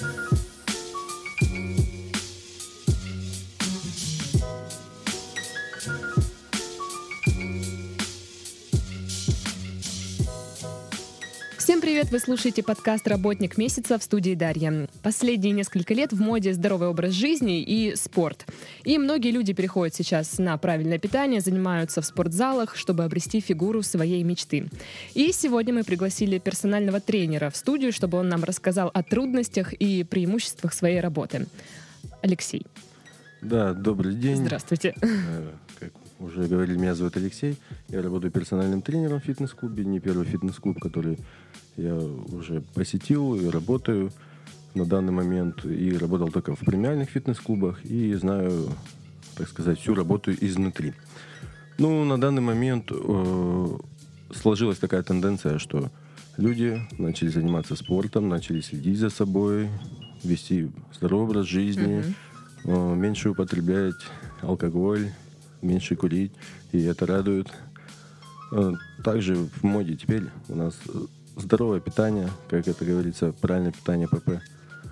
Всем привет! Вы слушаете подкаст «Работник месяца» в студии Дарья. Последние несколько лет в моде здоровый образ жизни и спорт. И многие люди переходят сейчас на правильное питание, занимаются в спортзалах, чтобы обрести фигуру своей мечты. И сегодня мы пригласили персонального тренера в студию, чтобы он нам рассказал о трудностях и преимуществах своей работы. Алексей. Да, добрый день. Здравствуйте. Как уже говорили, меня зовут Алексей. Я работаю персональным тренером в фитнес-клубе. Не первый фитнес-клуб, который я уже посетил и работаю на данный момент. И работал только в премиальных фитнес-клубах. И знаю, так сказать, всю работу изнутри. Ну, на данный момент сложилась такая тенденция, что люди начали заниматься спортом, начали следить за собой, вести здоровый образ жизни, меньше употреблять алкоголь, меньше курить, и это радует. Также в моде теперь у нас здоровое питание, как это говорится, правильное питание ПП.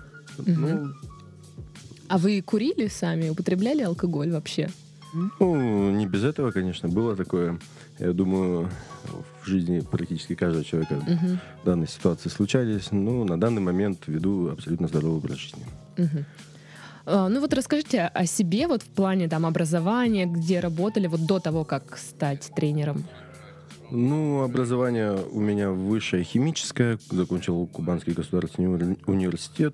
А вы курили сами, употребляли алкоголь вообще? Ну, не без этого, конечно, было такое. Я думаю, в жизни практически каждого человека данные ситуации случались. Но на данный момент веду абсолютно здоровый образ жизни. Ну вот расскажите о себе вот в плане там образования, где работали вот до того, как стать тренером. Ну, образование у меня высшее химическое. Закончил Кубанский государственный университет.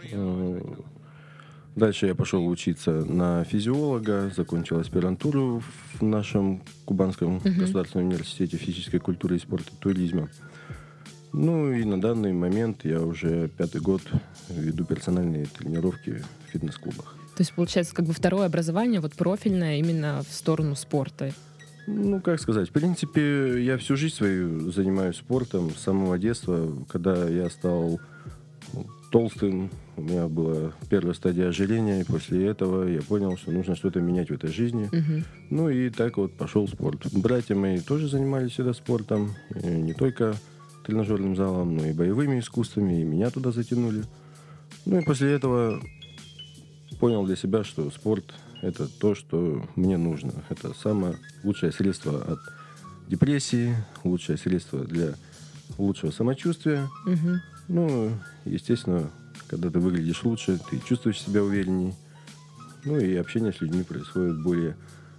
Дальше я пошел учиться на физиолога, закончил аспирантуру в нашем Кубанском государственном университете физической культуры и спорта, туризма. Ну и на данный момент я уже 5-й год веду персональные тренировки в фитнес-клубах. То есть, получается, как бы второе образование, вот профильное именно в сторону спорта. Ну, как сказать, в принципе, я всю жизнь свою занимаюсь спортом с самого детства. Когда я стал толстым, у меня была первая стадия ожирения, и после этого я понял, что нужно что-то менять в этой жизни. Ну и так вот пошел в спорт. Братья мои тоже занимались всегда спортом, и не только тренажерным залом, но и боевыми искусствами, и меня туда затянули. Ну и после этого понял для себя, что спорт – это то, что мне нужно. Это самое лучшее средство от депрессии, лучшее средство для лучшего самочувствия. Ну, естественно, когда ты выглядишь лучше, ты чувствуешь себя уверенней. Ну и общение с людьми происходит более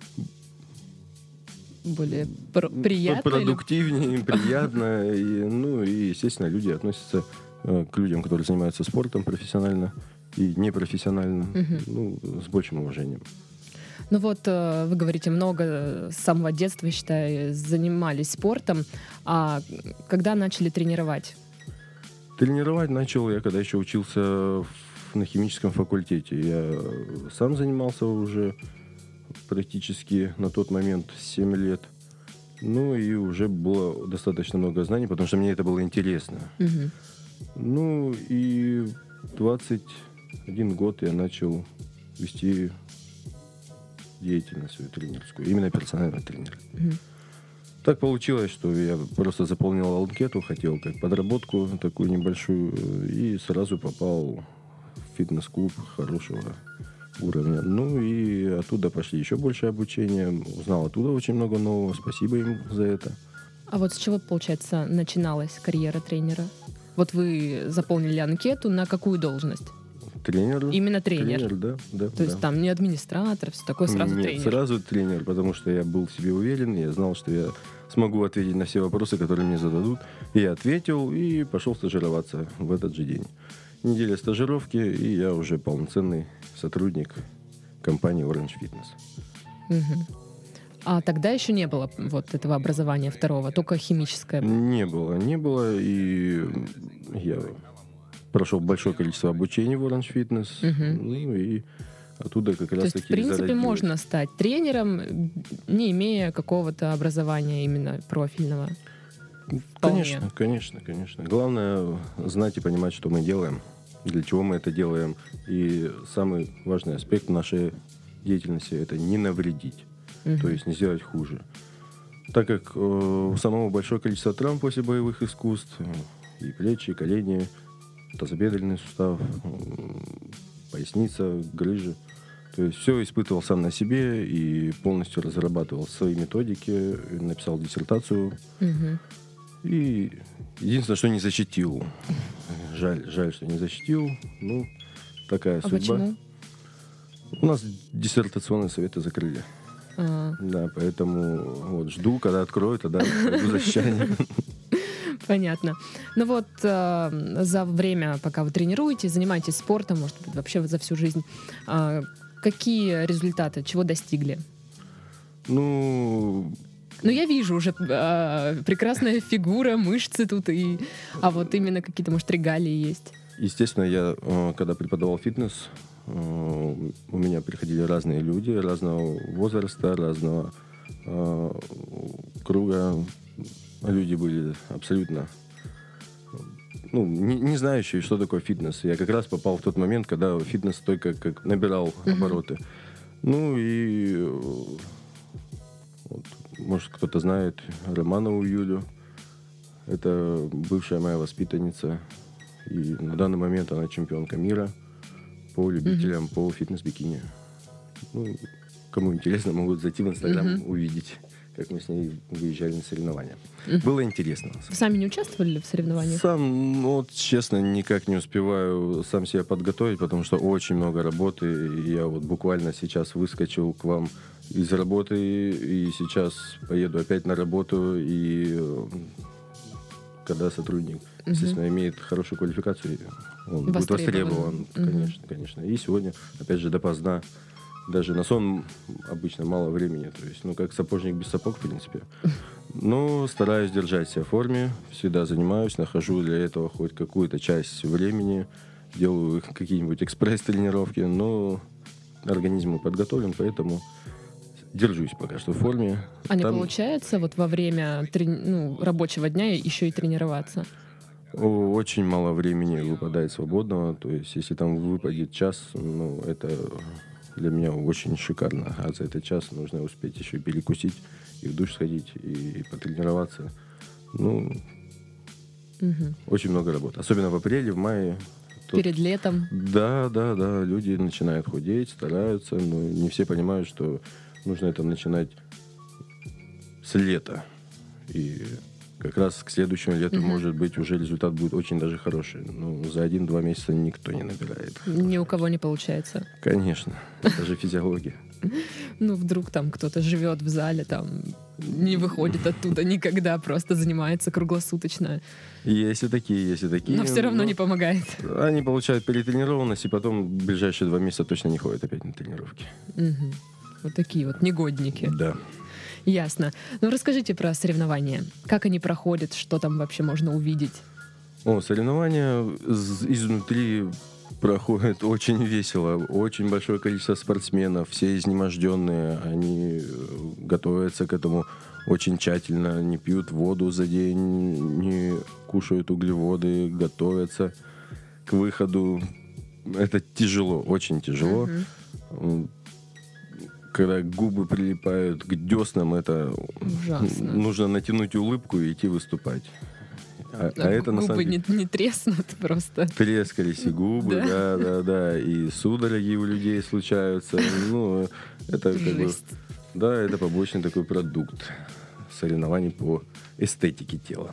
приятно. Продуктивнее, приятно. И, естественно, люди относятся к людям, которые занимаются спортом профессионально и непрофессионально, с большим уважением. Ну вот, вы говорите, много с самого детства, я считаю, занимались спортом. А когда начали тренировать? Тренировать начал я, когда еще учился на химическом факультете. Я сам занимался уже практически на тот момент 7 лет. Ну и уже было достаточно много знаний, потому что мне это было интересно. Ну и 21 год я начал вести деятельность свою тренерскую, именно персонального тренера. Так получилось, что я просто заполнил анкету, хотел как подработку такую небольшую, и сразу попал в фитнес-клуб хорошего уровня. Ну и оттуда пошли еще больше обучения, узнал оттуда очень много нового, спасибо им за это. А вот с чего, получается, начиналась карьера тренера? Вот вы заполнили анкету, на какую должность? Тренер. Именно тренер? Тренер, да. То есть там не администратор, все такое, сразу Нет, тренер? Сразу тренер, потому что я был в себе уверен, я знал, что я смогу ответить на все вопросы, которые мне зададут. И я ответил, и пошел стажироваться в этот же день. Неделя стажировки, и я уже полноценный сотрудник компании Orange Fitness. А тогда еще не было вот этого образования второго, только химическое? Не было, и я прошел большое количество обучений в Orange Fitness, ну и оттуда как раз таки. То есть, в принципе, можно стать тренером, не имея какого-то образования именно профильного? Конечно. Главное знать и понимать, что мы делаем, для чего мы это делаем. И самый важный аспект нашей деятельности – это не навредить, то есть не сделать хуже. Так как у самого большое количество травм после боевых искусств, и плечи, и колени, тазобедренный сустав, поясница, грыжи. То есть все испытывал сам на себе и полностью разрабатывал свои методики, написал диссертацию. И единственное, что не защитил. Жаль, что не защитил. Ну, такая судьба. Почему? У нас диссертационные советы закрыли. Да, поэтому вот жду, когда откроют, тогда буду защищать. Понятно. Ну вот за время, пока вы тренируетесь, занимаетесь спортом, может быть, вообще за всю жизнь, какие результаты, чего достигли? Ну, я вижу уже прекрасная фигура, мышцы тут, а вот именно какие-то, может, регалии есть. Естественно, я, когда преподавал фитнес, у меня приходили разные люди, разного возраста, разного круга. Люди были абсолютно не знающие, что такое фитнес. Я как раз попал в тот момент, когда фитнес только как набирал обороты. Ну и вот, может, кто-то знает Романову Юлю. Это бывшая моя воспитанница. И на данный момент она чемпионка мира по любителям, по фитнес-бикини. Ну, кому интересно, могут зайти в Инстаграм, увидеть, как мы с ней выезжали на соревнования. Было интересно. Вы сами не участвовали в соревнованиях? Сам, вот, честно, никак не успеваю сам себя подготовить, потому что очень много работы. Я вот буквально сейчас выскочил к вам из работы, и сейчас поеду опять на работу, и когда сотрудник, естественно, имеет хорошую квалификацию, он будет востребован. Конечно. И сегодня, опять же, допоздна. Даже на сон обычно мало времени. То есть, как сапожник без сапог, в принципе. Но стараюсь держать себя в форме. Всегда занимаюсь, нахожу для этого хоть какую-то часть времени. Делаю какие-нибудь экспресс-тренировки. Но организм подготовлен, поэтому держусь пока что в форме. А не получается вот во время рабочего дня еще и тренироваться? Очень мало времени выпадает свободного. То есть, если там выпадет час, это для меня очень шикарно. А за этот час нужно успеть еще перекусить, и в душ сходить, и потренироваться. Очень много работы. Особенно в апреле, в мае. Перед летом. Да. Люди начинают худеть, стараются, но не все понимают, что нужно это начинать с лета. И как раз к следующему лету, может быть, уже результат будет очень даже хороший. За 1-2 месяца никто не набирает. Ни у кого не получается. Конечно. Это же физиология. Вдруг там кто-то живет в зале, там не выходит оттуда никогда, просто занимается круглосуточно. Есть и такие. Но все равно не помогает. Они получают перетренированность, и потом в ближайшие 2 месяца точно не ходят опять на тренировки. Вот такие вот негодники. Да. Ясно. Расскажите про соревнования. Как они проходят, что там вообще можно увидеть? Соревнования изнутри проходят очень весело. Очень большое количество спортсменов, все изнеможденные. Они готовятся к этому очень тщательно. Не пьют воду за день, не кушают углеводы, готовятся к выходу. Это тяжело, очень тяжело. Когда губы прилипают к деснам, это ужасно. Нужно натянуть улыбку и идти выступать. Это на самом деле... Губы не треснут просто. Трескались и губы, да. И судороги у людей случаются. Это как бы... Да, это побочный такой продукт соревнований по эстетике тела.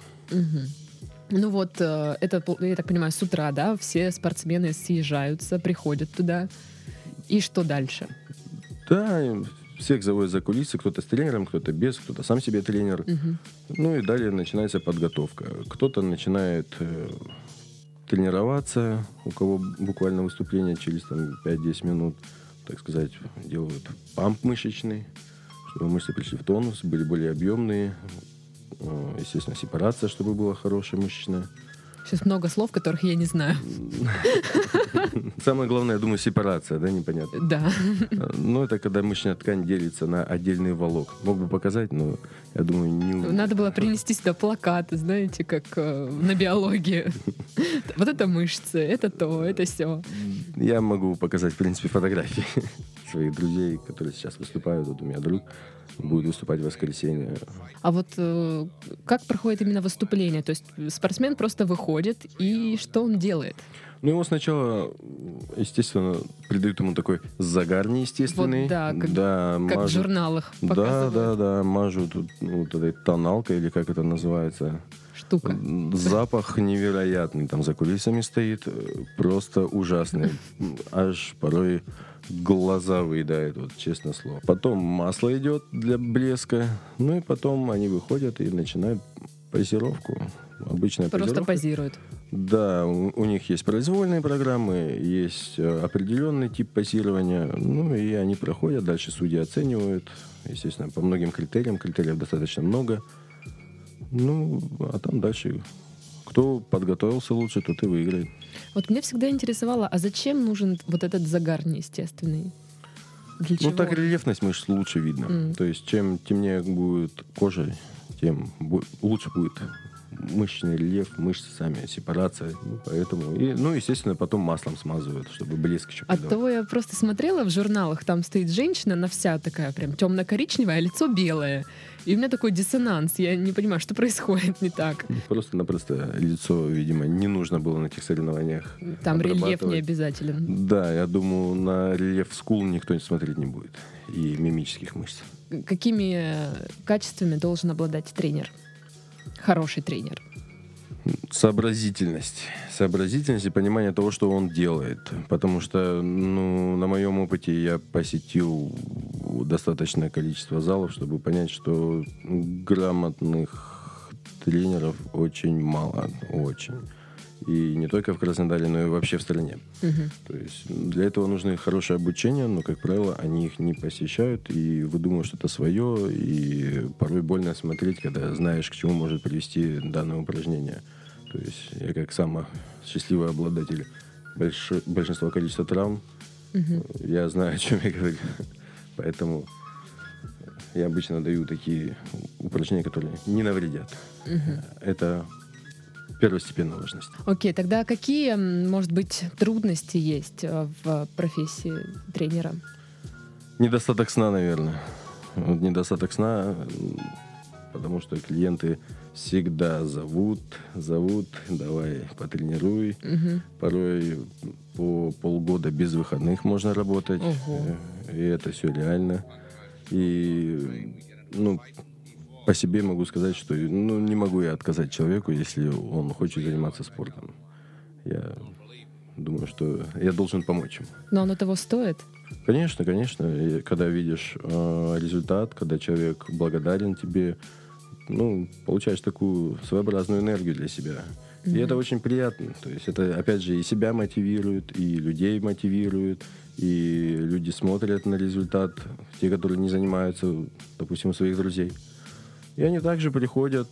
Это, я так понимаю, с утра, да, все спортсмены съезжаются, приходят туда. И что дальше? Да, всех заводят за кулисы, кто-то с тренером, кто-то без, кто-то сам себе тренер. И далее начинается подготовка. Кто-то начинает тренироваться, у кого буквально выступление через 5-10 минут, так сказать, делают памп мышечный, чтобы мышцы пришли в тонус, были более объемные. Естественно, сепарация, чтобы была хорошая мышечная. Сейчас много слов, которых я не знаю. Самое главное, я думаю, сепарация, да, непонятно? Да. Это когда мышечная ткань делится на отдельные волокна. Мог бы показать, но я думаю, не... Надо было принести сюда плакаты, знаете, как на биологии. Вот это мышцы, это то, это сё. Я могу показать, в принципе, фотографии. своих друзей, которые сейчас выступают. Вот у меня друг будет выступать в воскресенье. А вот как проходит именно выступление? То есть спортсмен просто выходит, и что он делает? Ну, его сначала, естественно, придают ему такой загар неестественный. Вот, да, как в мажут. журналах показывают. Да, мажут вот этой тоналкой, или как это называется. Штука. Запах невероятный, там за кулисами стоит, просто ужасный. Аж порой глаза выедает, вот честное слово. Потом масло идет для блеска, ну и потом они выходят и начинают позировку. Обычная Просто позировка. позируют. Да, у них есть произвольные программы, есть определенный тип позирования, ну и они проходят, дальше судьи оценивают, естественно, по многим критериям, критериев достаточно много. Ну, а там дальше кто подготовился лучше, тот и выиграет. Вот меня всегда интересовало, а зачем нужен вот этот загар неестественный? Для чего? Ну, так рельефность мышц лучше видно. То есть, чем темнее будет кожа, тем лучше будет мышечный рельеф, мышцы сами, сепарация. Ну, поэтому, естественно, потом маслом смазывают, чтобы блеск еще придал. От того я просто смотрела в журналах, там стоит женщина, она вся такая прям темно-коричневая, а лицо белое. И у меня такой диссонанс, я не понимаю, что происходит не так. Просто-напросто лицо, видимо, не нужно было на этих соревнованиях. Там рельеф не обязателен. Да, я думаю, на рельеф скул никто смотреть не будет. И мимических мышц. Какими качествами должен обладать тренер? Хороший тренер. Сообразительность и понимание того, что он делает. Потому что, на моем опыте я посетил достаточное количество залов, чтобы понять, что грамотных тренеров очень мало. Очень. И не только в Краснодаре, но и вообще в стране. То есть для этого нужно хорошее обучение, но, как правило, они их не посещают и выдумывают что-то свое. И порой больно смотреть, когда знаешь, к чему может привести данное упражнение. То есть я как самый счастливый обладатель большинства количества травм, я знаю, о чем я говорю. Поэтому я обычно даю такие упражнения, которые не навредят. Это первостепенной важности. Окей, тогда какие, может быть, трудности есть в профессии тренера? Недостаток сна, наверное. Недостаток сна, потому что клиенты всегда зовут, давай потренируй. Порой по полгода без выходных можно работать. И это все реально. И, по себе могу сказать, что не могу я отказать человеку, если он хочет заниматься спортом. Я думаю, что я должен помочь ему. Но оно того стоит? Конечно. И когда видишь результат, когда человек благодарен тебе, получаешь такую своеобразную энергию для себя. И это очень приятно. То есть это, опять же, и себя мотивирует, и людей мотивирует, и люди смотрят на результат, те, которые не занимаются, допустим, у своих друзей. И они также приходят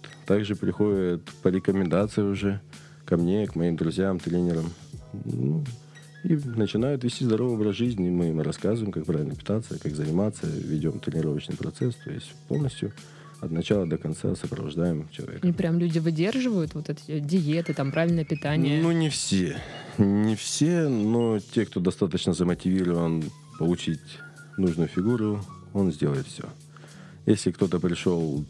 по рекомендации уже ко мне, к моим друзьям, тренерам. И начинают вести здоровый образ жизни. Мы им рассказываем, как правильно питаться, как заниматься, ведем тренировочный процесс. То есть полностью от начала до конца сопровождаем человека. И прям люди выдерживают вот эти диеты, там правильное питание? Не все. Не все, но те, кто достаточно замотивирован получить нужную фигуру, он сделает все. Если кто-то пришел,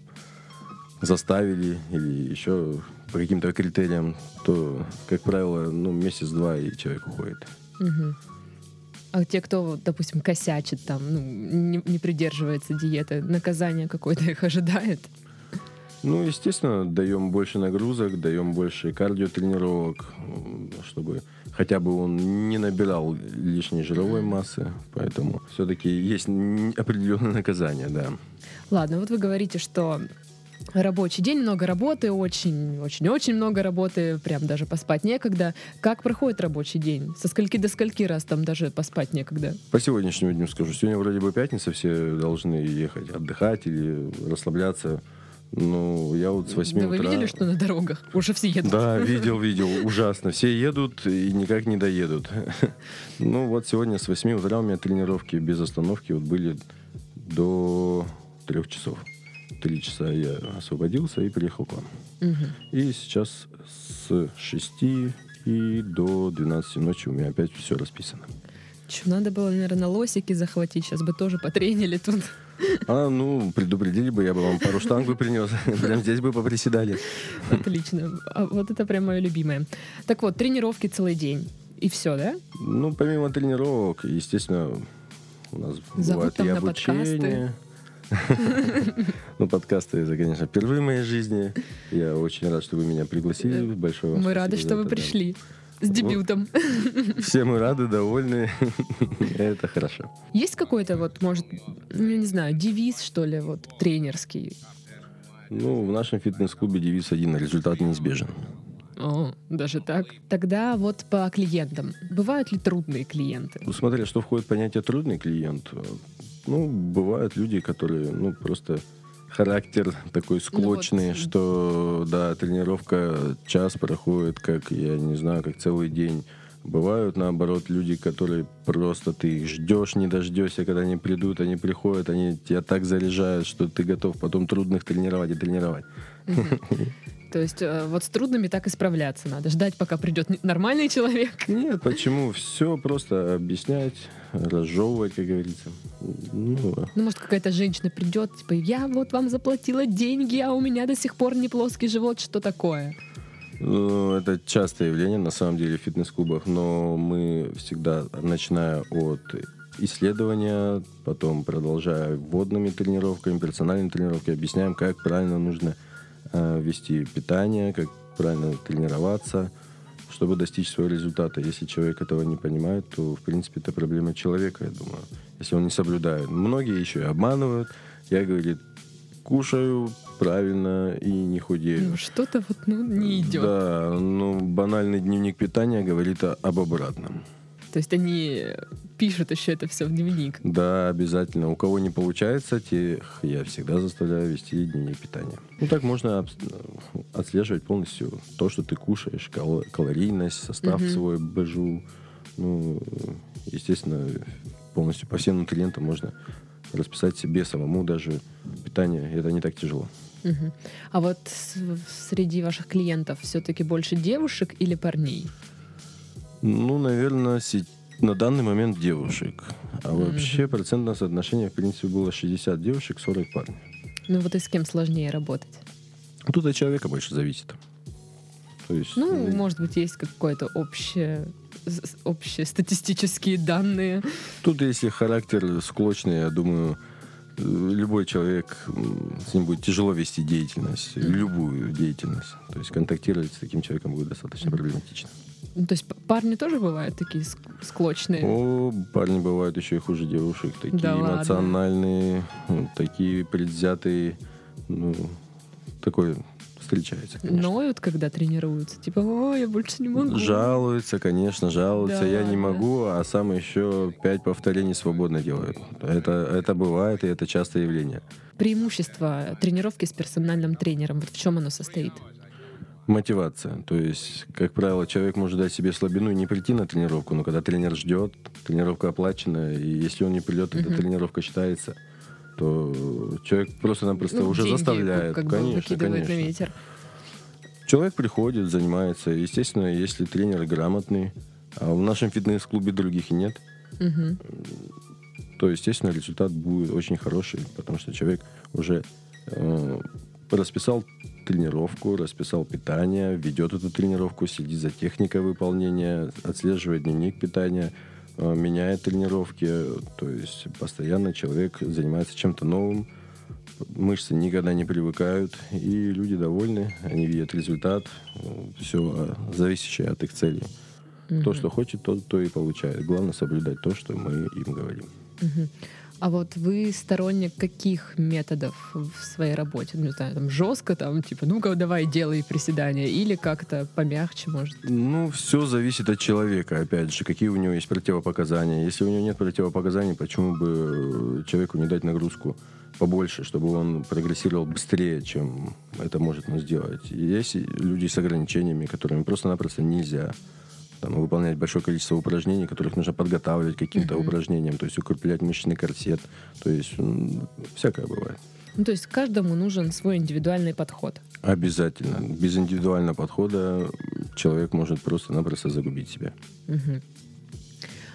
заставили или еще по каким-то критериям, то, как правило, месяц-два, и человек уходит. А те, кто, допустим, косячит, не придерживается диеты, наказание какое-то их ожидает? Естественно, даем больше нагрузок, даем больше кардиотренировок, чтобы хотя бы он не набирал лишней жировой массы. Поэтому все-таки есть определенное наказание, да. Ладно, вот вы говорите, что рабочий день, много работы, очень-очень-очень много работы, прям даже поспать некогда. Как проходит рабочий день? Со скольки до скольки раз там даже поспать некогда? По сегодняшнему дню скажу. Сегодня вроде бы пятница, все должны ехать отдыхать или расслабляться. Я вот с 8 утра... Вы видели, что на дорогах? Уже все едут. Да, видел. Ужасно. Все едут и никак не доедут. Вот сегодня с 8 утра у меня тренировки без остановки были до 3 часов. 3 часа я освободился и приехал к вам. И сейчас с 6 и до 12 ночи у меня опять все расписано. Чё, надо было, наверное, лосики захватить, сейчас бы тоже потренили тут. Предупредили бы, я бы вам пару штанг бы принес. Прям здесь бы поприседали. Отлично. А вот это прям мое любимое. Так вот, тренировки целый день. И все, да? Помимо тренировок, естественно, у нас Зовут бывает и там на обучение. Подкасты, это, конечно, впервые в моей жизни. Я очень рад, что вы меня пригласили. Большое вам Мы спасибо рады, за что вы это, пришли. С дебютом. Все мы рады, довольны. Это хорошо. Есть какой-то, может, я не знаю, девиз, что ли, тренерский? В нашем фитнес-клубе девиз один: результат неизбежен. О, даже так? Тогда по клиентам. Бывают ли трудные клиенты? Смотря что входит в понятие трудный клиент. Бывают люди, которые, просто характер такой склочный, что, да, тренировка час проходит, как, я не знаю, как целый день. Бывают, наоборот, люди, которые просто ты их ждешь, не дождешься, когда они придут, они приходят, они тебя так заряжают, что ты готов потом трудных тренировать и тренировать. То есть с трудными так и справляться надо. Ждать, пока придет нормальный человек. Нет, почему? Все просто объяснять, разжевывать, как говорится. Может, какая-то женщина придет, типа, я вам заплатила деньги, а у меня до сих пор не плоский живот. Что такое? Это частое явление, на самом деле, в фитнес-клубах, но мы всегда, начиная от исследования, потом продолжая вводными тренировками, персональными тренировками, объясняем, как правильно нужно вести питание, как правильно тренироваться, чтобы достичь своего результата. Если человек этого не понимает, то, в принципе, это проблема человека, я думаю, если он не соблюдает. Многие еще и обманывают. Я, говорит, кушаю правильно и не худею. Что-то не идет. Да, банальный дневник питания говорит об обратном. То есть они пишут еще это все в дневник? Да, обязательно. У кого не получается, тех я всегда заставляю вести дневник питания. Так можно отслеживать полностью то, что ты кушаешь, калорийность, состав свой, БЖУ. Естественно, полностью по всем нутриентам можно расписать себе самому даже питание. Это не так тяжело. А среди ваших клиентов все-таки больше девушек или парней? Наверное, на данный момент девушек. А вообще процентное соотношение, в принципе, было 60 девушек, 40 парней. И с кем сложнее работать? Тут от человека больше зависит. То есть, может быть, есть какое-то общие статистические данные. Тут, если характер склочный, я думаю, любой человек, с ним будет тяжело вести деятельность, любую деятельность. То есть контактировать с таким человеком будет достаточно проблематично. То есть парни тоже бывают такие склочные? Парни бывают еще и хуже девушек. Такие эмоциональные, такие предвзятые. Такое встречается, конечно. Ноют, когда тренируются? Типа, я больше не могу. Жалуются, конечно, жалуются. Да, я не могу, а сам еще 5 повторений свободно делают. Это бывает, и это частое явление. Преимущество тренировки с персональным тренером, в чем оно состоит? Мотивация. То есть, как правило, человек может дать себе слабину и не прийти на тренировку, но когда тренер ждет, тренировка оплачена, и если он не придет, эта тренировка считается, то человек просто-напросто уже деньги, заставляет. Конечно. На ветер. Человек приходит, занимается. Естественно, если тренер грамотный, а в нашем фитнес-клубе других и нет, то, естественно, результат будет очень хороший, потому что человек уже расписал тренировку, расписал питание, ведет эту тренировку, следит за техникой выполнения, отслеживает дневник питания, меняет тренировки. То есть постоянно человек занимается чем-то новым, мышцы никогда не привыкают, и люди довольны, они видят результат, все зависящее от их целей. То, что хочет, то и получает. Главное соблюдать то, что мы им говорим. А вы сторонник каких методов в своей работе? Не знаю, жестко, типа, ну-ка, давай, делай приседания, или как-то помягче, может? Все зависит от человека, опять же, какие у него есть противопоказания. Если у него нет противопоказаний, почему бы человеку не дать нагрузку побольше, чтобы он прогрессировал быстрее, чем это может он сделать. Есть люди с ограничениями, которым просто-напросто нельзя выполнять большое количество упражнений, которых нужно подготавливать к каким-то упражнениям, то есть укреплять мышечный корсет, то есть всякое бывает. То есть каждому нужен свой индивидуальный подход. Обязательно. Без индивидуального подхода человек может просто-напросто загубить себя.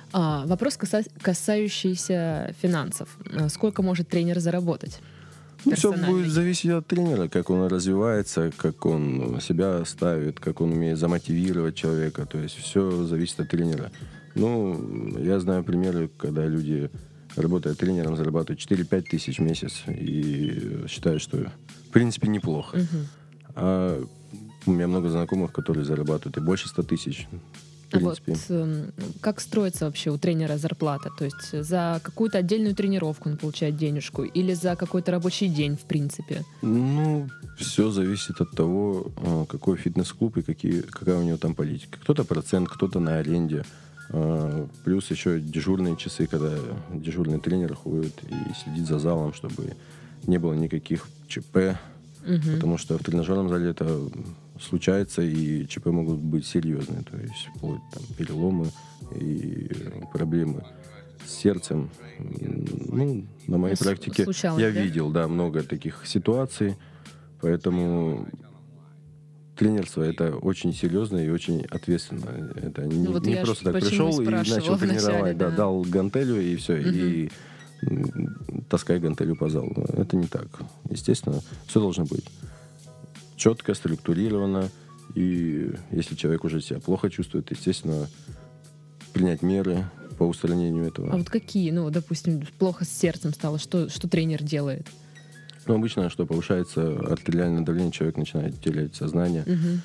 Вопрос, касающийся финансов. Сколько может тренер заработать? Все будет зависеть от тренера, как он развивается, как он себя ставит, как он умеет замотивировать человека. То есть все зависит от тренера. Я знаю примеры, когда люди, работая тренером, зарабатывают 4-5 тысяч в месяц и считают, что в принципе неплохо. А у меня много знакомых, которые зарабатывают и больше 100 тысяч. В принципе. Как строится вообще у тренера зарплата? То есть за какую-то отдельную тренировку он получает денежку или за какой-то рабочий день, в принципе? Все зависит от того, какой фитнес-клуб и какая у него там политика. Кто-то процент, кто-то на аренде. Плюс еще дежурные часы, когда дежурный тренер ходит и следит за залом, чтобы не было никаких ЧП. Потому что в тренажерном зале это случается, и ЧП могут быть серьезные. То есть вплоть переломы и проблемы с сердцем. На моей практике я видел, много таких ситуаций. Поэтому тренерство — это очень серьезно и очень ответственно. Это не просто так пришел и начал тренировать, дал гантелью и все, и таскай гантелью по залу. Это не так. Естественно, все должно быть четко, структурировано. И если человек уже себя плохо чувствует, естественно, принять меры по устранению этого. А вот какие? Допустим, плохо с сердцем стало. Что тренер делает? Обычно, что повышается артериальное давление, человек начинает терять сознание.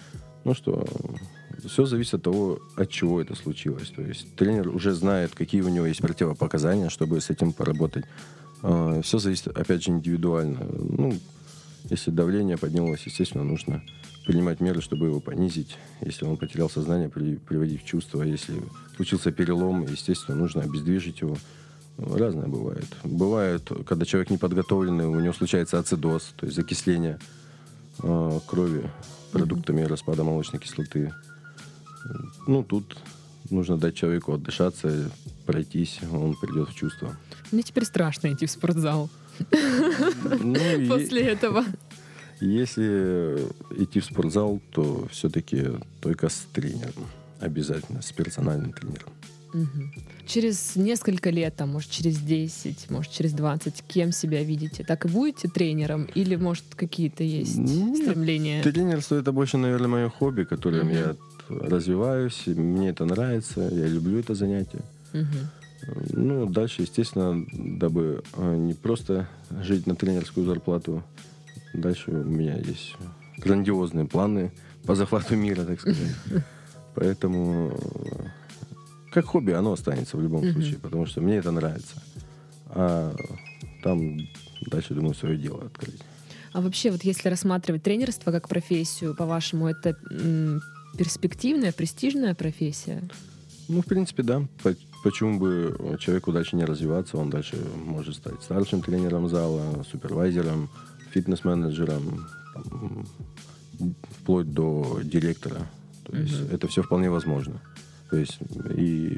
Все зависит от того, от чего это случилось. То есть тренер уже знает, какие у него есть противопоказания, чтобы с этим поработать. Все зависит, опять же, индивидуально. Если давление поднялось, естественно, нужно принимать меры, чтобы его понизить. Если он потерял сознание, приводить в чувство. Если случился перелом, естественно, нужно обездвижить его. Разное бывает. Бывает, когда человек неподготовленный, у него случается ацидоз, то есть закисление крови продуктами распада молочной кислоты. Тут нужно дать человеку отдышаться, пройтись, он придет в чувство. Мне теперь страшно идти в спортзал после этого. Если идти в спортзал, то все-таки только с тренером. Обязательно, с персональным тренером. Через несколько лет, может, через 10, может, через 20, кем себя видите? Так и будете тренером? Или, может, какие-то есть стремления? Тренерство — это больше, наверное, мое хобби, которым я развиваюсь. Мне это нравится, я люблю это занятие. Дальше, естественно, дабы не просто жить на тренерскую зарплату, дальше у меня есть грандиозные планы по захвату мира, так сказать. Поэтому как хобби оно останется в любом случае, потому что мне это нравится. А там дальше, думаю, свое дело открыть. А вообще, если рассматривать тренерство как профессию, по-вашему, это перспективная, престижная профессия? В принципе, да. Почему бы человеку дальше не развиваться? Он дальше может стать старшим тренером зала, супервайзером, фитнес-менеджером, вплоть до директора. То есть это все вполне возможно. То есть и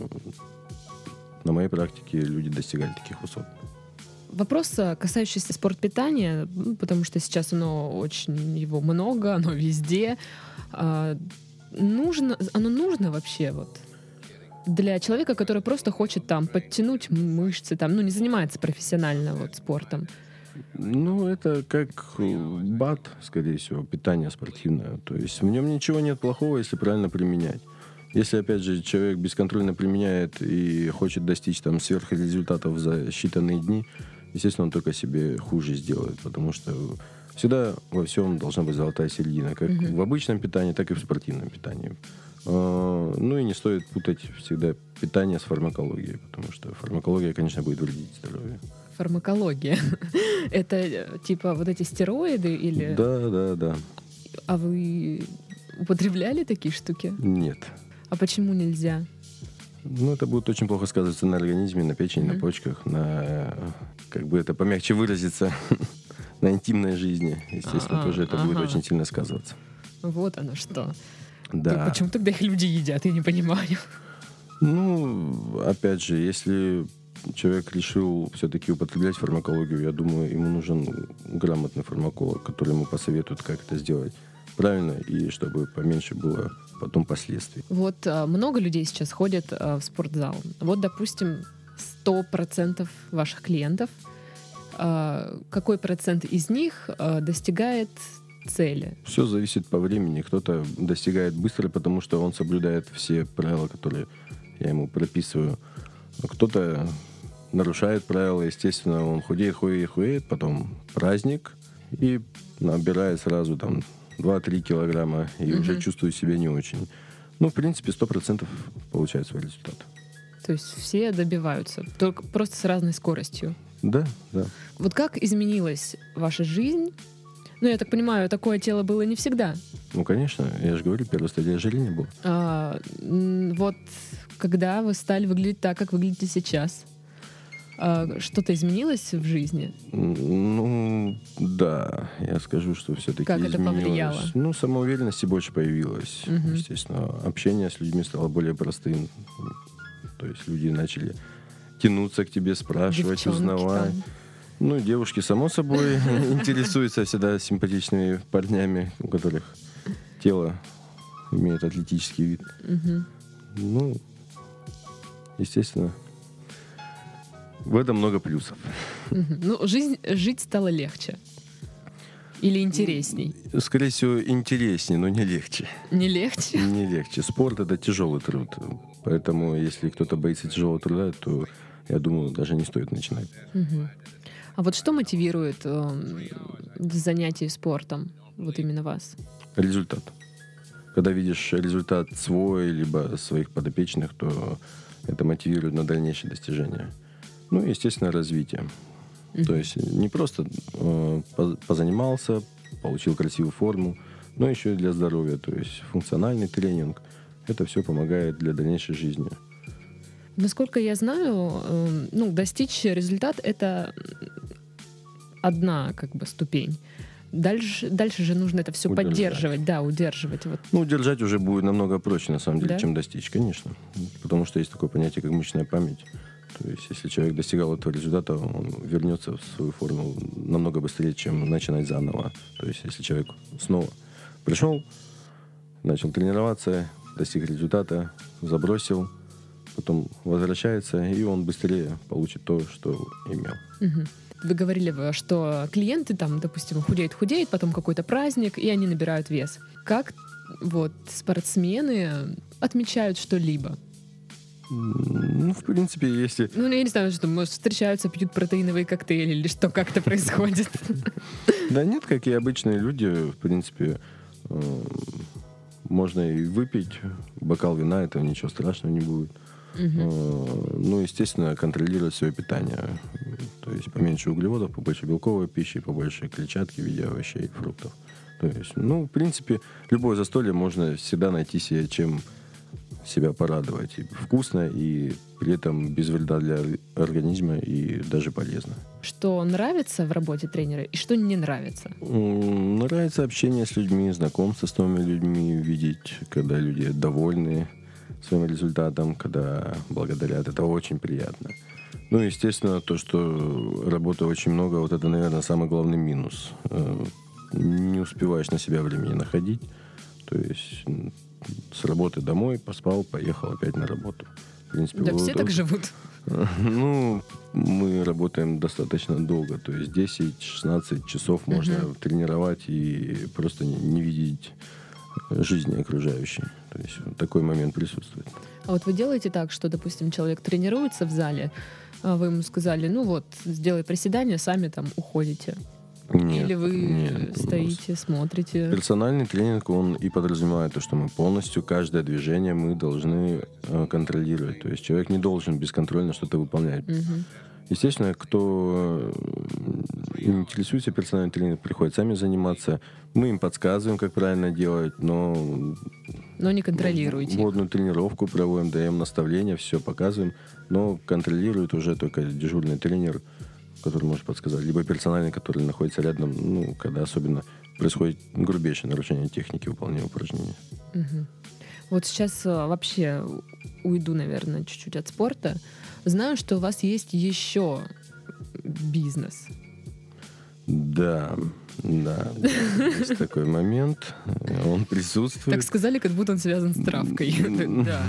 на моей практике люди достигали таких высот. Вопрос, касающийся спортпитания, потому что сейчас его много, оно везде. Оно нужно вообще для человека, который просто хочет подтянуть мышцы, не занимается профессионально спортом? Это как БАД, скорее всего, питание спортивное. То есть в нем ничего нет плохого, если правильно применять. Если, опять же, человек бесконтрольно применяет и хочет достичь сверхрезультатов за считанные дни, естественно, он только себе хуже сделает, потому что всегда во всем должна быть золотая середина, как в обычном питании, так и в спортивном питании. И не стоит путать всегда питание с фармакологией, потому что фармакология, конечно, будет вредить здоровью. Фармакология? Это типа эти стероиды или... Да. А вы употребляли такие штуки? Нет. А почему нельзя? Это будет очень плохо сказываться на организме, на печени, на почках, на, как бы это помягче выразиться, на интимной жизни. Естественно, тоже это будет очень сильно сказываться. Вот оно что. Да. Почему тогда их люди едят, я не понимаю. Опять же, если человек решил все-таки употреблять фармакологию, я думаю, ему нужен грамотный фармаколог, который ему посоветует, как это сделать правильно, и чтобы поменьше было потом последствий. Вот много людей сейчас ходят в спортзал. Вот, допустим, 100% ваших клиентов. Какой процент из них достигает цели? Все зависит по времени. Кто-то достигает быстро, потому что он соблюдает все правила, которые я ему прописываю. Кто-то нарушает правила, естественно, он худеет, потом праздник и набирает сразу там 2-3 килограмма и уже чувствует себя не очень. Ну, в принципе, 100% получает свой результат. То есть все добиваются, только просто с разной скоростью. Да, да. Вот как изменилась ваша жизнь? Ну, я так понимаю, такое тело было не всегда. Ну, конечно, я же говорю, первая стадия ожирения была. Вот когда вы стали выглядеть так, как выглядите сейчас, что-то изменилось в жизни? Ну, да, я скажу, что все-таки как это изменилось. повлияло? Ну, самоуверенности больше появилось. Естественно, общение с людьми стало более простым. То есть люди начали тянуться к тебе, спрашивать, Девчонки, узнавать. там. Ну, девушки, само собой, интересуются всегда симпатичными парнями, у которых тело имеет атлетический вид. Ну, естественно, в этом много плюсов. Ну, жить стало легче. Или интересней? Скорее всего, интереснее, но не легче. Не легче? Не легче. Спорт — это тяжелый труд. Поэтому, если кто-то боится тяжелого труда, то, я думаю, даже не стоит начинать. А вот что мотивирует в занятии спортом? Вот именно вас? Результат. Когда видишь результат свой, либо своих подопечных, то это мотивирует на дальнейшее достижение. Ну и, естественно, развитие. То есть не просто позанимался, получил красивую форму, но еще и для здоровья. То есть функциональный тренинг. Это все помогает для дальнейшей жизни. Насколько я знаю, достичь результат — это одна ступень. Дальше же нужно это все поддерживать, удерживать. Вот. Ну, удержать уже будет намного проще, на самом деле, чем достичь, конечно. Потому что есть такое понятие, как мышечная память. То есть, если человек достигал этого результата, он вернется в свою форму намного быстрее, чем начинать заново. То есть, если человек снова пришел, начал тренироваться, достиг результата, забросил, потом возвращается, и он быстрее получит то, что имел. Вы говорили, что клиенты там, допустим, худеют, потом какой-то праздник, и они набирают вес. Как вот спортсмены отмечают что-либо? Ну, в принципе, если... Ну, я не знаю, что, может, встречаются, пьют протеиновые коктейли, или что, как это происходит? Да нет, как и обычные люди, в принципе, можно и выпить бокал вина, этого ничего страшного не будет. Ну, естественно, контролировать свое питание. То есть поменьше углеводов, побольше белковой пищи, побольше клетчатки в виде овощей и фруктов. То есть, в принципе, любое застолье можно всегда найти себе, чем себя порадовать. И вкусно, и при этом без вреда для организма, и даже полезно. Что нравится в работе тренера и что не нравится? Нравится общение с людьми, знакомство с новыми людьми, видеть, когда люди довольны своим результатом, когда благодарят. Это очень приятно. Ну, естественно, то, что работы очень много, вот это, наверное, самый главный минус. Не успеваешь на себя времени находить. То есть с работы домой, поспал, поехал опять на работу. В принципе, да, все так живут. Ну, мы работаем достаточно долго. То есть 10-16 часов можно тренировать и просто не видеть жизни окружающей. То есть вот такой момент присутствует. А вот вы делаете так, что, допустим, человек тренируется в зале, а вы ему сказали, сделай приседания, сами там уходите? Нет, или вы стоите, смотрите? Персональный тренинг, он и подразумевает то, что мы полностью, каждое движение мы должны контролировать. То есть человек не должен бесконтрольно что-то выполнять. Естественно, кто интересуется персональным тренингом, приходит сами заниматься. Мы им подсказываем, как правильно делать, но не контролируете. Водную тренировку проводим, даем наставления, все показываем, но контролирует уже только дежурный тренер, который может подсказать, либо персональный, который находится рядом, когда особенно происходит грубейшее нарушение техники выполнения упражнений. Вот сейчас вообще уйду, наверное, чуть-чуть от спорта. Знаю, что у вас есть еще бизнес. Да. Да, есть такой момент. Он присутствует. Так сказали, как будто он связан с травкой. Да.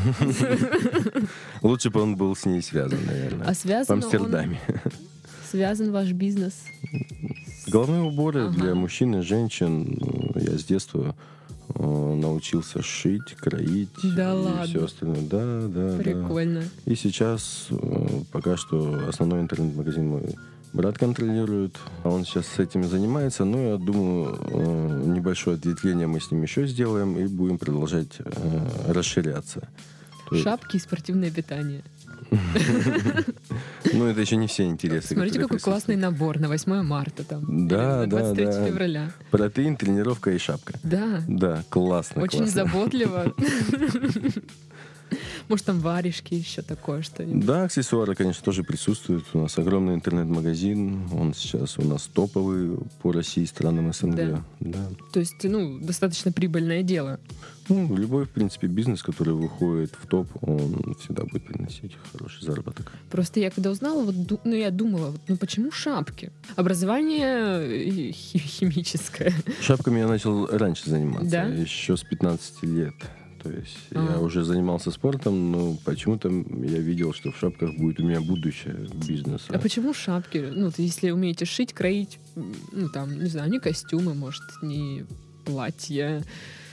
Лучше бы он был с ней связан, наверное. А В связан Амстердаме. связан ваш бизнес? Головные уборы для мужчин и женщин. Я с детства научился шить, кроить Да и ладно? все остальное. Да, да, да. Прикольно. И сейчас пока что основной интернет-магазин мой брат контролирует, а он сейчас с этим занимается, но я думаю, небольшое ответвление мы с ним еще сделаем и будем продолжать расширяться. Шапки и спортивное питание. Ну, это еще не все интересы. Смотрите, которые какой классный присутствуют. набор на 8 марта там. Да, Или на да, 23 да. февраля. Протеин, тренировка и шапка. Да. Да, классно, Очень классно. заботливо. Может, там варежки еще такое что-нибудь. Да, аксессуары, конечно, тоже присутствуют. У нас огромный интернет-магазин. Он сейчас у нас топовый по России и странам СНГ. Да. Да. То есть, достаточно прибыльное дело. Ну, любой, в принципе, бизнес, который выходит в топ, он всегда будет приносить хороший заработок. Просто я когда узнала, я думала, почему шапки? Образование химическое. Шапками я начал раньше заниматься, Да? еще с 15 лет. То есть я уже занимался спортом, но почему-то я видел, что в шапках будет у меня будущее бизнеса. А почему шапки? Если умеете шить, кроить, не знаю, не костюмы, может, не платья.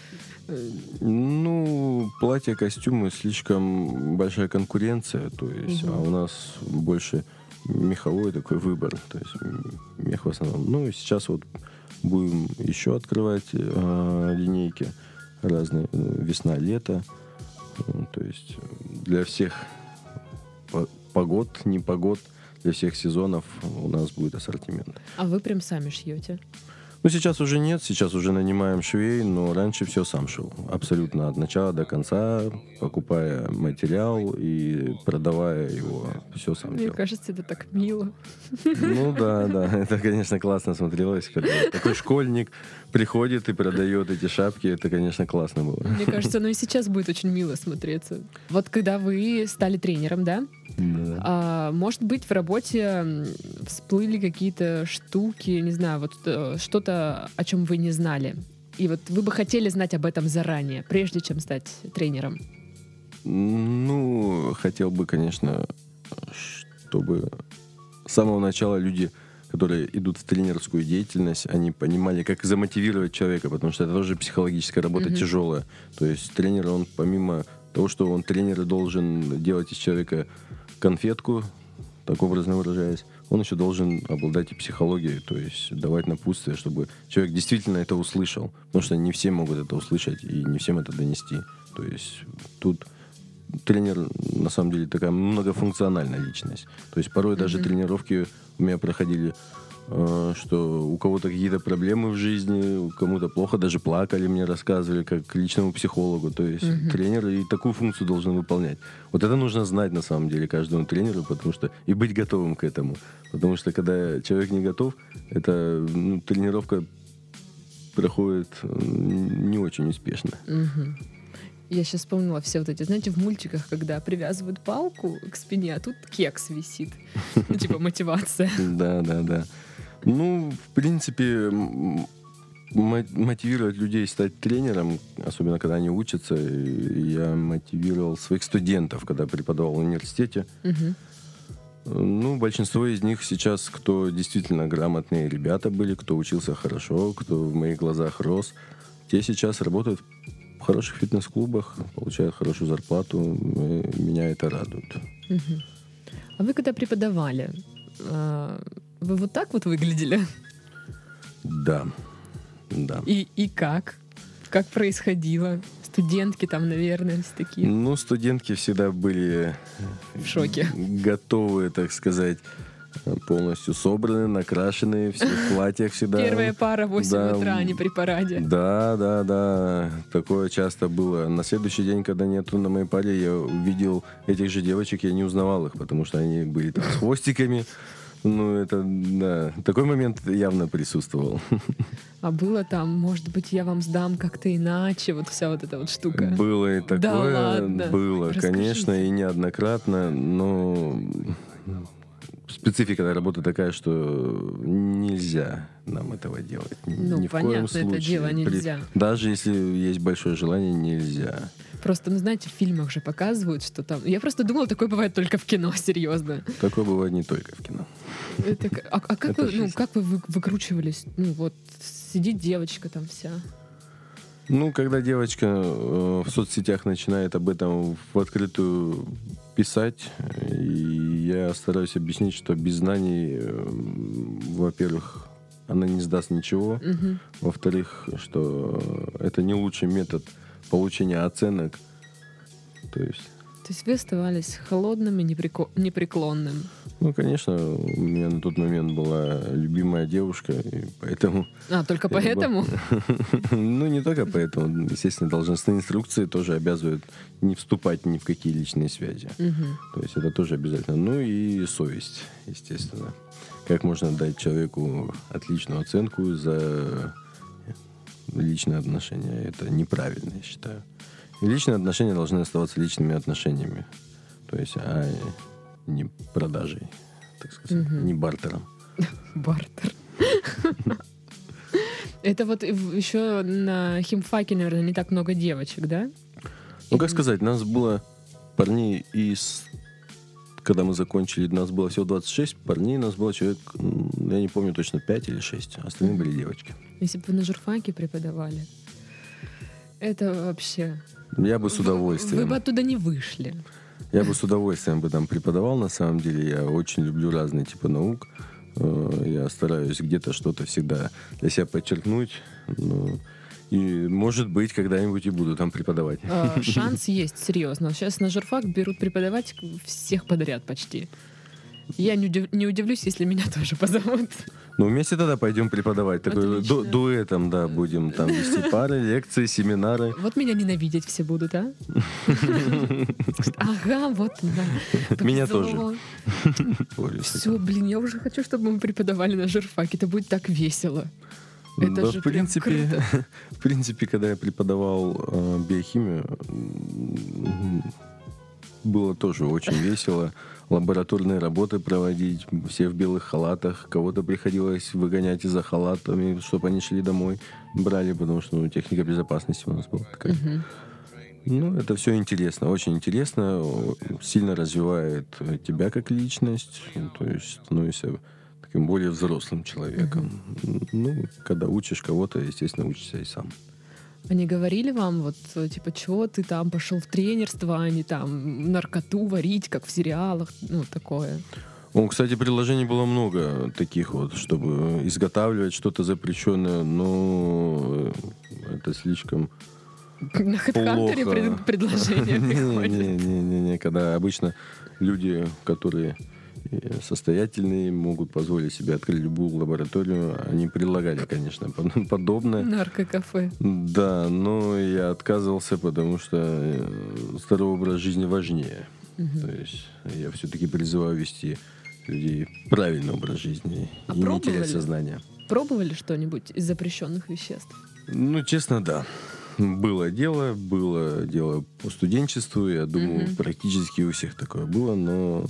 Ну, платья, костюмы, слишком большая конкуренция, то есть, а у нас больше меховой такой выбор, то есть мех в основном. Ну, и сейчас вот будем еще открывать линейки разные, весна, лето, то есть для всех погод, непогод, для всех сезонов у нас будет ассортимент. А вы прям сами шьете? Ну, сейчас уже нет, сейчас уже нанимаем швей, но раньше все сам шил. Абсолютно от начала до конца, покупая материал и продавая его, все сам Мне делал. кажется, это так мило. Ну да, это, конечно, классно смотрелось, когда такой школьник приходит и продает эти шапки, это, конечно, классно было. Мне кажется, и сейчас будет очень мило смотреться. Вот когда вы стали тренером, да? Да. Может быть, в работе всплыли какие-то штуки, не знаю, вот что-то, о чем вы не знали. И вот вы бы хотели знать об этом заранее, прежде чем стать тренером. Ну, хотел бы, конечно, чтобы с самого начала люди, которые идут в тренерскую деятельность, они понимали, как замотивировать человека, потому что это тоже психологическая работа тяжелая. То есть тренер, он помимо того, что он тренер и должен делать из человека конфетку, так образно выражаясь, он еще должен обладать и психологией, то есть давать напутствие, чтобы человек действительно это услышал. Потому что не все могут это услышать и не всем это донести. То есть тут тренер, на самом деле, такая многофункциональная личность. То есть порой даже тренировки у меня проходили, что у кого-то какие-то проблемы в жизни, кому-то плохо, даже плакали, мне рассказывали, как к личному психологу. То есть тренер и такую функцию должен выполнять. Вот это нужно знать, на самом деле, каждому тренеру, потому что и быть готовым к этому. Потому что когда человек не готов, это тренировка проходит не очень успешно. Я сейчас вспомнила все вот эти, знаете, в мультиках, когда привязывают палку к спине, а тут кекс висит. Типа мотивация. Да. Ну, в принципе, мотивировать людей стать тренером, особенно когда они учатся, я мотивировал своих студентов, когда преподавал в университете. Ну, большинство из них сейчас, кто действительно грамотные ребята были, кто учился хорошо, кто в моих глазах рос, те сейчас работают в хороших фитнес-клубах, получают хорошую зарплату, меня это радует. А вы когда преподавали, вы вот так вот выглядели? Да. И как? Как происходило? Студентки там, наверное, такие. Ну, студентки всегда были в шоке. Готовы, так сказать, полностью собраны, накрашены, все в платьях всегда. Первая пара в 8 утра, а не при параде. Да. Такое часто было. На следующий день, когда нету на моей паре, я увидел этих же девочек, я не узнавал их, потому что они были там с хвостиками. Ну, это, да, такой момент явно присутствовал. А было там, может быть, я вам сдам как-то иначе, вот вся вот эта вот штука? Было и такое. Да ладно? Было, Расскажите. конечно, и неоднократно, но специфика работы такая, что нельзя нам этого делать. Ну, Ни в коем понятно, это случае. дело нельзя. Даже если есть большое желание, нельзя. Просто, знаете, в фильмах же показывают, что там... Я просто думала, такое бывает только в кино, серьезно. Такое бывает не только в кино. Как вы выкручивались? Ну, вот сидит девочка там вся. Ну, когда девочка в соцсетях начинает об этом в открытую писать, и я стараюсь объяснить, что без знаний, во-первых, она не сдаст ничего, во-вторых, что это не лучший метод получения оценок. То есть вы оставались холодным и непреклонным. Ну, конечно, у меня на тот момент была любимая девушка, и поэтому... Только поэтому? Ну, не только поэтому. Естественно, должностные инструкции тоже обязывают не вступать ни в какие личные связи. То есть это тоже обязательно. Ну и совесть, естественно. Как можно дать человеку отличную оценку за личные отношения? Это неправильно, я считаю. И личные отношения должны оставаться личными отношениями. То есть, не продажей, так сказать, не бартером. Бартер. Это вот еще на химфаке, наверное, не так много девочек, да? Ну, как сказать, нас было парней когда мы закончили, нас было всего 26 парней, нас было человек, я не помню точно, 5 или 6. Остальные были девочки. Если бы вы на журфаке преподавали, это вообще... Я бы с удовольствием. Вы бы оттуда не вышли. Я бы с удовольствием бы там преподавал, на самом деле. Я очень люблю разные типы наук. Я стараюсь где-то что-то всегда для себя подчеркнуть. И, может быть, когда-нибудь и буду там преподавать. Шанс есть, серьезно. Сейчас на журфак берут преподавать всех подряд почти. Я не удивлюсь, если меня тоже позовут. Ну, вместе тогда пойдем преподавать. Такой дуэтом, да, будем там вести пары, лекции, семинары. Вот меня ненавидеть все будут, а? Ага, вот, да. Меня тоже. Все, блин, я уже хочу, чтобы мы преподавали на журфаке. Это будет так весело. Это же прям круто. В принципе, когда я преподавал биохимию, было тоже очень весело. Лабораторные работы проводить, все в белых халатах. Кого-то приходилось выгонять из-за халатами, чтобы они шли домой, брали, потому что техника безопасности у нас была такая. Ну, это все интересно, очень интересно, сильно развивает тебя как личность, то есть становишься таким более взрослым человеком. Ну, когда учишь кого-то, естественно, учишься и сам. Они говорили вам, вот, типа, чего ты там пошел в тренерство, а не там наркоту варить, как в сериалах, ну, такое? Кстати, приложений было много таких вот, чтобы изготавливать что-то запрещенное, но это слишком на HeadHunter предложения приходят. Не, когда обычно люди, которые состоятельные, могут позволить себе открыть любую лабораторию. Они предлагали, конечно, подобное. Наркокафе. Да, но я отказывался, потому что здоровый образ жизни важнее. То есть я все-таки призываю вести людей в правильный образ жизни и не терять сознание. Пробовали что-нибудь из запрещенных веществ? Ну, честно, да. Было дело по студенчеству. Я думаю, практически у всех такое было, но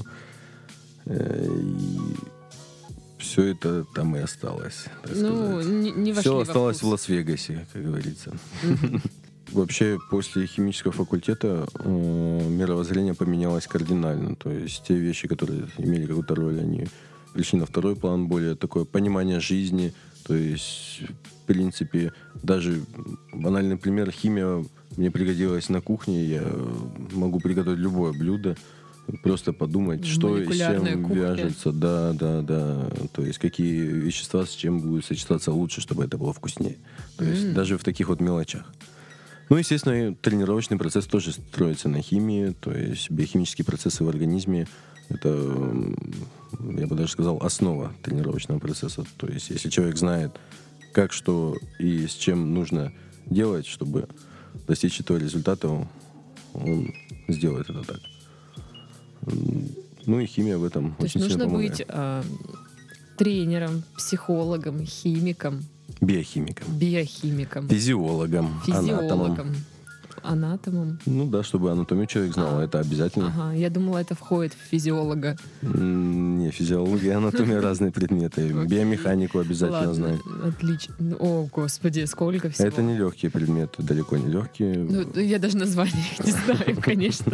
все это там и осталось, так сказать. Не вошли все осталось в Лас-Вегасе, как говорится. Вообще, после химического факультета мировоззрение поменялось кардинально. То есть те вещи, которые имели какую-то роль, они пришли на второй план, более такое понимание жизни. То есть, в принципе, даже банальный пример, химия мне пригодилась на кухне. Я могу приготовить любое блюдо. Просто подумать, что и с чем вяжется. Да. То есть какие вещества с чем будут сочетаться лучше, чтобы это было вкуснее. То есть даже в таких вот мелочах. Ну, естественно, тренировочный процесс тоже строится на химии. То есть биохимические процессы в организме — это, я бы даже сказал, основа тренировочного процесса. То есть если человек знает, как, что и с чем нужно делать, чтобы достичь этого результата, он сделает это так. Ну и химия в этом то очень сильно помогает. То есть нужно быть тренером, психологом, химиком. Биохимиком. Биохимиком. Физиологом. Анатомом. анатомом? Ну да, чтобы анатомию человек знал, это обязательно. Ага, я думала, это входит в физиолога. Не, физиология и анатомия разные предметы. Биомеханику обязательно знать. Отлично. О, господи, сколько всего. Это не легкие предметы, далеко не легкие. Ну, я даже название их не знаю, конечно.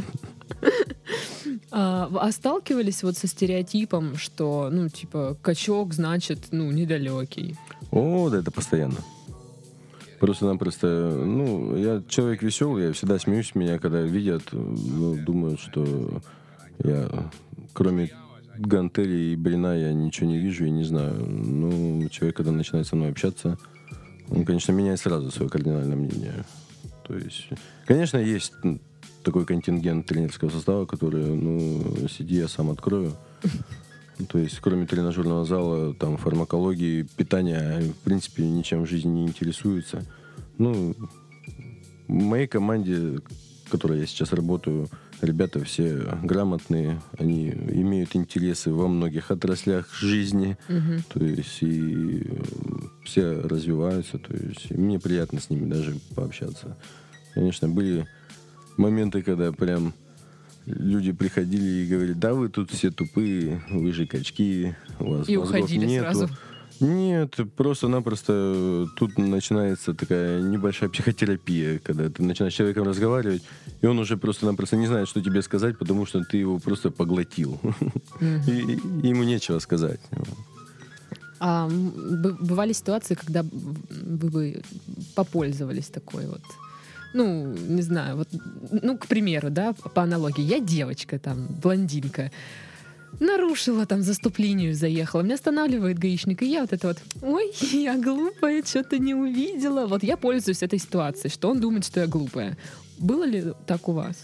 А сталкивались вот со стереотипом, что, ну, типа, качок, значит, ну, недалекий? О, да, это постоянно. Просто-напросто, ну, я человек веселый, я всегда смеюсь, меня когда видят, ну, думают, что я, кроме гантелей и блина, я ничего не вижу и не знаю. Ну, человек, когда начинает со мной общаться, он, конечно, меняет сразу свое кардинальное мнение. То есть, конечно, есть такой контингент тренерского состава, который, ну, сиди, я сам открою. То есть, кроме тренажерного зала, там, фармакологии, питания, в принципе, ничем в жизни не интересуются. Ну, в моей команде, в которой я сейчас работаю, ребята все грамотные, они имеют интересы во многих отраслях жизни, то есть, и все развиваются, то есть, и мне приятно с ними даже пообщаться. Конечно, были моменты, когда прям люди приходили и говорили: да вы тут все тупые, вы же качки, у вас и мозгов уходили нету. сразу. Нет, просто-напросто тут начинается такая небольшая психотерапия, когда ты начинаешь с человеком разговаривать, и он уже просто-напросто не знает, что тебе сказать, потому что ты его просто поглотил. И ему нечего сказать. А бывали ситуации, когда вы бы попользовались такой вот, ну, не знаю, вот, ну, к примеру, да, по аналогии, я девочка, там, блондинка, нарушила там заступление, заехала, меня останавливает гаишник, и я вот это вот: ой, я глупая, что-то не увидела. Вот я пользуюсь этой ситуацией, что он думает, что я глупая. Было ли так у вас?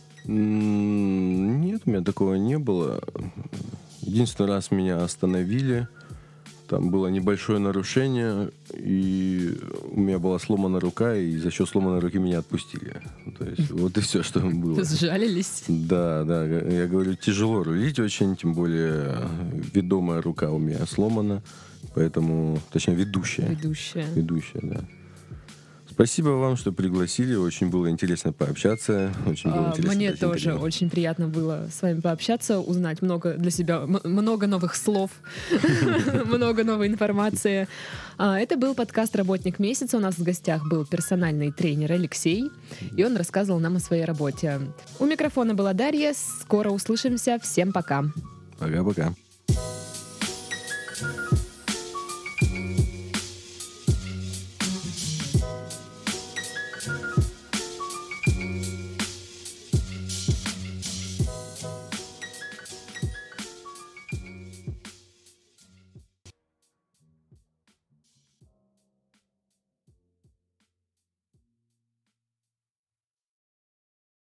Нет, у меня такого не было. Единственный раз меня остановили. Там было небольшое нарушение, и у меня была сломана рука, и за счет сломанной руки меня отпустили. То есть вот и все, что было. Сжалились? Да, я говорю, тяжело рулить очень, тем более ведомая рука у меня сломана, поэтому, точнее, ведущая. Ведущая, да. Спасибо вам, что пригласили. Очень было интересно пообщаться. Очень было интересно. Мне тоже очень приятно было с вами пообщаться, узнать много для себя, много новых слов, много новой информации. Это был подкаст «Работник месяца». У нас в гостях был персональный тренер Алексей, и он рассказывал нам о своей работе. У микрофона была Дарья. Скоро услышимся. Всем пока. Пока-пока.